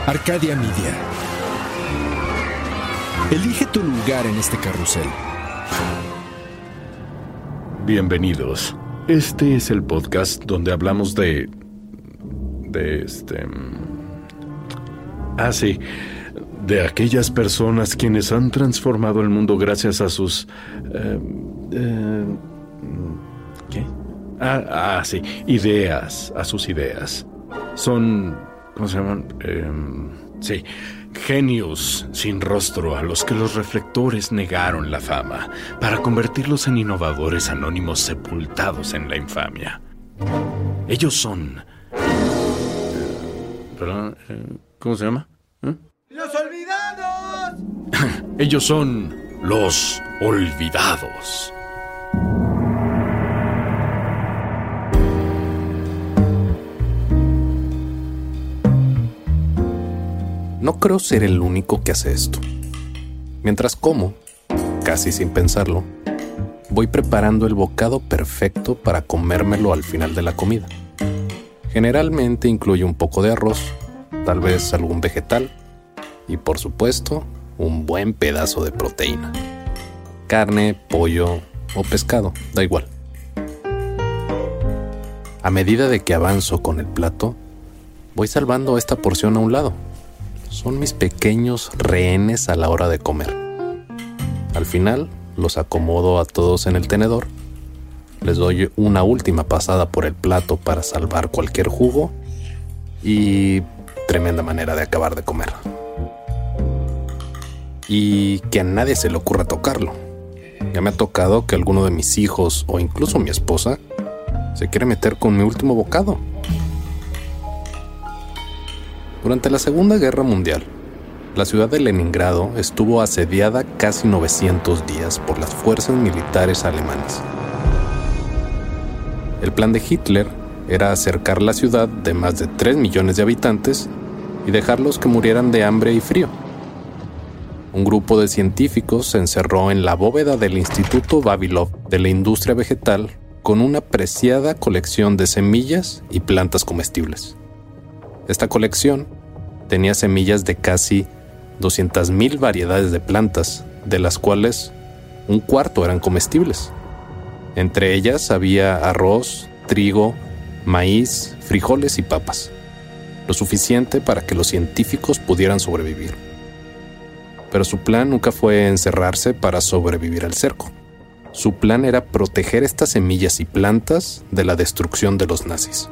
Arcadia Media. Elige tu lugar en este carrusel. Bienvenidos. Este es el podcast donde hablamos de aquellas personas quienes han transformado el mundo gracias a sus... ¿Qué? Sí, ideas, a sus ideas. Son... ¿Cómo se llaman? Genios sin rostro a los que los reflectores negaron la fama para convertirlos en innovadores anónimos sepultados en la infamia. Ellos son... ¿Cómo se llama? ¡Los olvidados! Ellos son los olvidados. No creo ser el único que hace esto. Mientras como, casi sin pensarlo, voy preparando el bocado perfecto para comérmelo al final de la comida. Generalmente incluye un poco de arroz, tal vez algún vegetal y, por supuesto, un buen pedazo de proteína. Carne, pollo o pescado, da igual. A medida de que avanzo con el plato, voy salvando esta porción a un lado. Son mis pequeños rehenes a la hora de comer. Al final, los acomodo a todos en el tenedor. Les doy una última pasada por el plato para salvar cualquier jugo y tremenda manera de acabar de comer. Y que a nadie se le ocurra tocarlo. Ya me ha tocado que alguno de mis hijos o incluso mi esposa se quiere meter con mi último bocado. Durante la Segunda Guerra Mundial, la ciudad de Leningrado estuvo asediada casi 900 días por las fuerzas militares alemanas. El plan de Hitler era acercar la ciudad de más de 3 millones de habitantes y dejarlos que murieran de hambre y frío. Un grupo de científicos se encerró en la bóveda del Instituto Vavilov de la industria vegetal con una preciada colección de semillas y plantas comestibles. Esta colección tenía semillas de casi 200,000 variedades de plantas, de las cuales un cuarto eran comestibles. Entre ellas había arroz, trigo, maíz, frijoles y papas, lo suficiente para que los científicos pudieran sobrevivir. Pero su plan nunca fue encerrarse para sobrevivir al cerco. Su plan era proteger estas semillas y plantas de la destrucción de los nazis.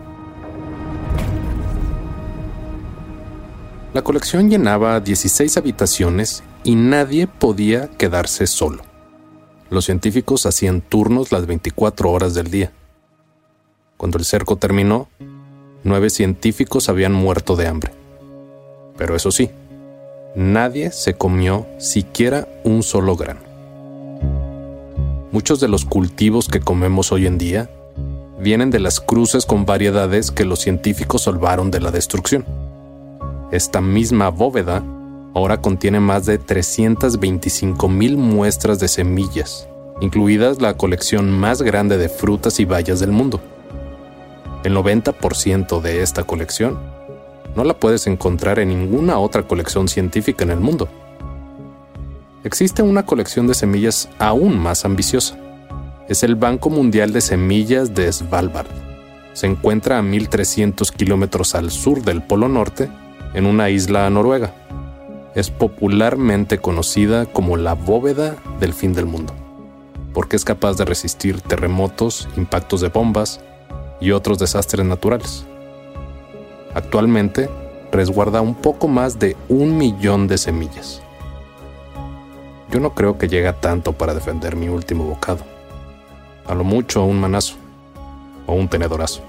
La colección llenaba 16 habitaciones y nadie podía quedarse solo. Los científicos hacían turnos las 24 horas del día. Cuando el cerco terminó, 9 científicos habían muerto de hambre. Pero eso sí, nadie se comió siquiera un solo grano. Muchos de los cultivos que comemos hoy en día vienen de las cruces con variedades que los científicos salvaron de la destrucción. Esta misma bóveda ahora contiene más de 325,000 muestras de semillas, incluidas la colección más grande de frutas y bayas del mundo. El 90% de esta colección no la puedes encontrar en ninguna otra colección científica en el mundo. Existe una colección de semillas aún más ambiciosa. Es el Banco Mundial de Semillas de Svalbard. Se encuentra a 1,300 kilómetros al sur del Polo Norte, en una isla noruega. Es popularmente conocida como la bóveda del fin del mundo, porque es capaz de resistir terremotos, impactos de bombas y otros desastres naturales. Actualmente resguarda un poco más de 1 millón de semillas. Yo no creo que llegue a tanto para defender mi último bocado. A lo mucho un manazo o un tenedorazo.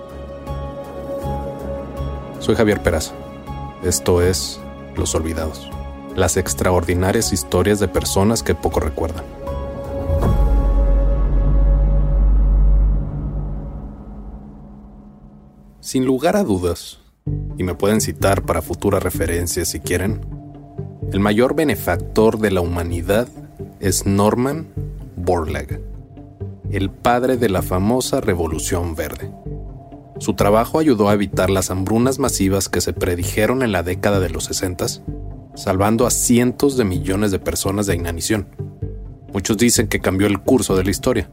Soy Javier Peraza. Esto es Los Olvidados, las extraordinarias historias de personas que poco recuerdan. Sin lugar a dudas, y me pueden citar para futuras referencias si quieren, el mayor benefactor de la humanidad es Norman Borlaug, el padre de la famosa Revolución Verde. Su trabajo ayudó a evitar las hambrunas masivas que se predijeron en la década de los 60, salvando a cientos de millones de personas de inanición. Muchos dicen que cambió el curso de la historia.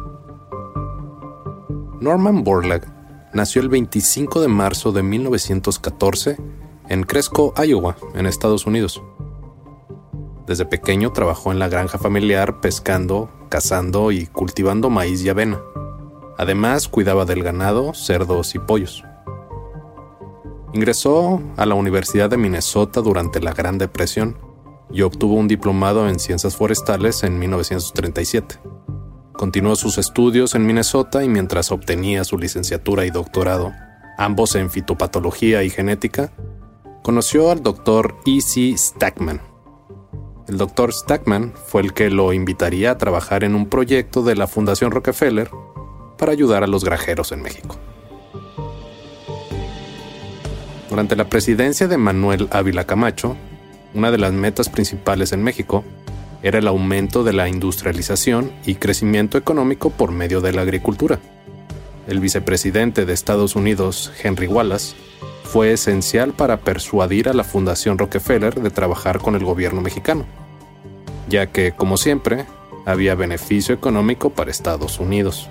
Norman Borlaug nació el 25 de marzo de 1914 en Cresco, Iowa, en Estados Unidos. Desde pequeño trabajó en la granja familiar pescando, cazando y cultivando maíz y avena. Además, cuidaba del ganado, cerdos y pollos. Ingresó a la Universidad de Minnesota durante la Gran Depresión y obtuvo un diplomado en ciencias forestales en 1937. Continuó sus estudios en Minnesota y mientras obtenía su licenciatura y doctorado, ambos en fitopatología y genética, conoció al Dr. E.C. Stackman. El Dr. Stackman fue el que lo invitaría a trabajar en un proyecto de la Fundación Rockefeller para ayudar a los granjeros en México. Durante la presidencia de Manuel Ávila Camacho, una de las metas principales en México era el aumento de la industrialización y crecimiento económico por medio de la agricultura. El vicepresidente de Estados Unidos, Henry Wallace, fue esencial para persuadir a la Fundación Rockefeller de trabajar con el gobierno mexicano, ya que, como siempre, había beneficio económico para Estados Unidos.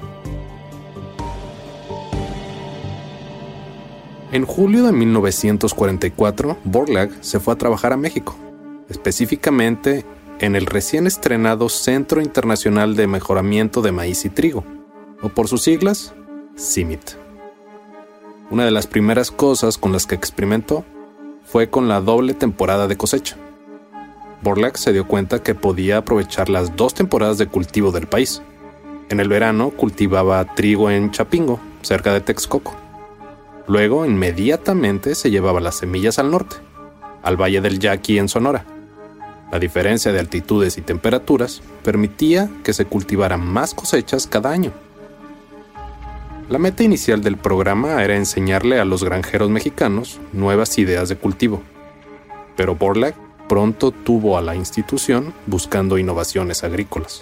En julio de 1944, Borlaug se fue a trabajar a México, específicamente en el recién estrenado Centro Internacional de Mejoramiento de Maíz y Trigo, o por sus siglas, CIMMYT. Una de las primeras cosas con las que experimentó fue con la doble temporada de cosecha. Borlaug se dio cuenta que podía aprovechar las 2 temporadas de cultivo del país. En el verano cultivaba trigo en Chapingo, cerca de Texcoco. Luego, inmediatamente se llevaba las semillas al norte, al Valle del Yaqui en Sonora. La diferencia de altitudes y temperaturas permitía que se cultivaran más cosechas cada año. La meta inicial del programa era enseñarle a los granjeros mexicanos nuevas ideas de cultivo, pero Borlaug pronto tuvo a la institución buscando innovaciones agrícolas.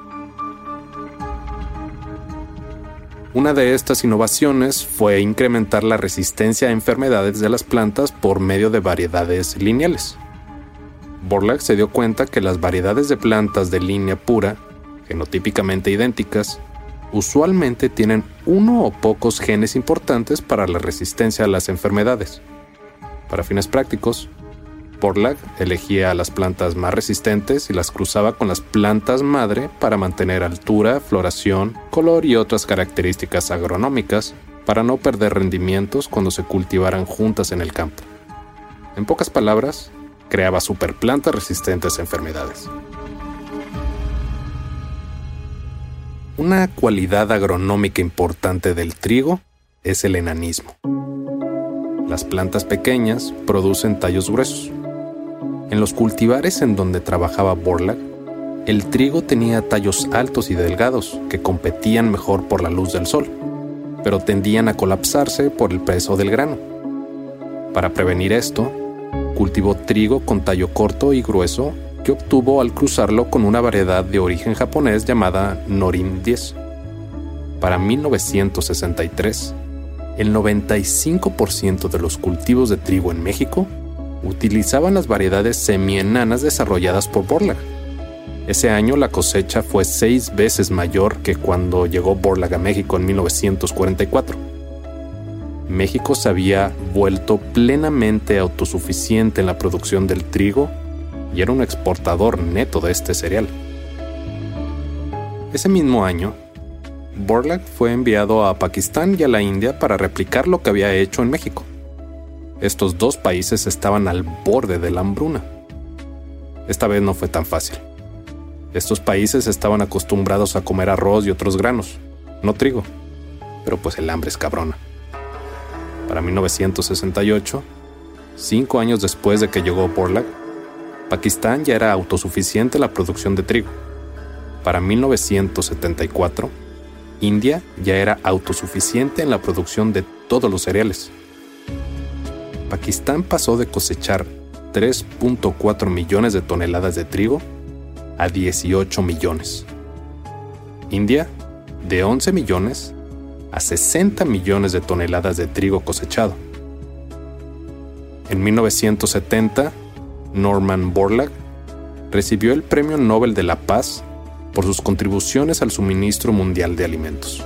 Una de estas innovaciones fue incrementar la resistencia a enfermedades de las plantas por medio de variedades lineales. Borlaug se dio cuenta que las variedades de plantas de línea pura, genotípicamente idénticas, usualmente tienen uno o pocos genes importantes para la resistencia a las enfermedades. Para fines prácticos, Borlaug elegía las plantas más resistentes y las cruzaba con las plantas madre para mantener altura, floración, color y otras características agronómicas para no perder rendimientos cuando se cultivaran juntas en el campo. En pocas palabras, creaba superplantas resistentes a enfermedades. Una cualidad agronómica importante del trigo es el enanismo. Las plantas pequeñas producen tallos gruesos. En los cultivares en donde trabajaba Borlaug, el trigo tenía tallos altos y delgados que competían mejor por la luz del sol, pero tendían a colapsarse por el peso del grano. Para prevenir esto, cultivó trigo con tallo corto y grueso que obtuvo al cruzarlo con una variedad de origen japonés llamada Norin 10. Para 1963, el 95% de los cultivos de trigo en México utilizaban las variedades semienanas desarrolladas por Borlaug. Ese año la cosecha fue 6 veces mayor que cuando llegó Borlaug a México en 1944. México se había vuelto plenamente autosuficiente en la producción del trigo y era un exportador neto de este cereal. Ese mismo año, Borlaug fue enviado a Pakistán y a la India para replicar lo que había hecho en México. Estos 2 países estaban al borde de la hambruna. Esta vez no fue tan fácil. Estos países estaban acostumbrados a comer arroz y otros granos, no trigo, pero pues el hambre es cabrona. Para 1968, 5 años después de que llegó Borlaug, Pakistán ya era autosuficiente en la producción de trigo. Para 1974, India ya era autosuficiente en la producción de todos los cereales. Pakistán pasó de cosechar 3.4 millones de toneladas de trigo a 18 millones. India, de 11 millones, a 60 millones de toneladas de trigo cosechado. En 1970, Norman Borlaug recibió el Premio Nobel de la Paz por sus contribuciones al suministro mundial de alimentos.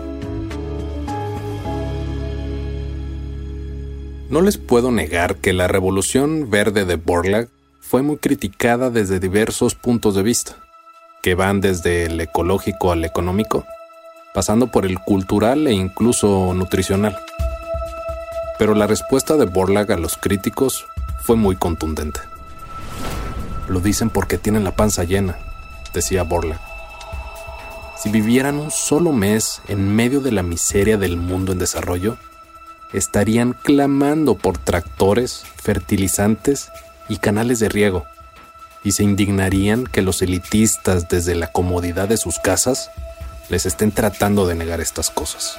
No les puedo negar que la Revolución Verde de Borlaug fue muy criticada desde diversos puntos de vista, que van desde el ecológico al económico, pasando por el cultural e incluso nutricional. Pero la respuesta de Borlaug a los críticos fue muy contundente. Lo dicen porque tienen la panza llena, decía Borlaug. Si vivieran un solo mes en medio de la miseria del mundo en desarrollo, estarían clamando por tractores, fertilizantes y canales de riego, y se indignarían que los elitistas desde la comodidad de sus casas les estén tratando de negar estas cosas.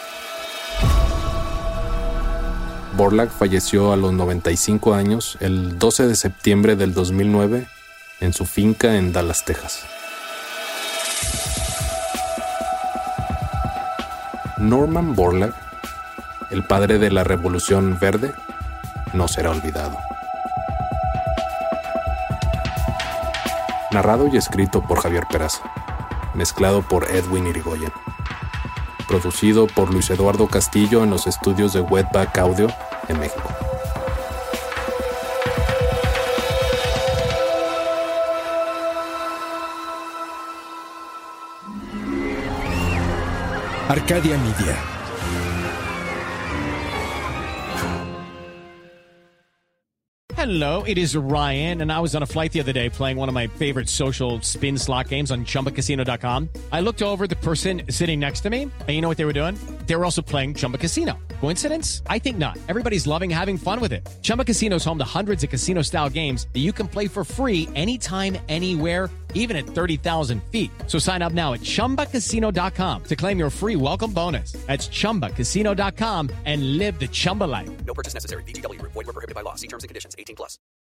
Borlaug falleció a los 95 años el 12 de septiembre del 2009 en su finca en Dallas, Texas. Norman Borlaug, el padre de la Revolución Verde, no será olvidado. Narrado y escrito por Javier Peraza. Mezclado por Edwin Irigoyen. Producido por Luis Eduardo Castillo en los estudios de Wetback Audio en México. Arcadia Media. Hello, it is Ryan, and I was on a flight the other day playing one of my favorite social spin slot games on ChumbaCasino.com. I looked over at the person sitting next to me, and you know what they were doing? They were also playing Chumba Casino. Coincidence? I think not. Everybody's loving having fun with it. Chumba Casino is home to hundreds of casino-style games that you can play for free anytime, anywhere, even at 30,000 feet. So sign up now at ChumbaCasino.com to claim your free welcome bonus. That's ChumbaCasino.com and live the Chumba life. No purchase necessary. VGW Group. Void where prohibited by law. See terms and conditions. 18+.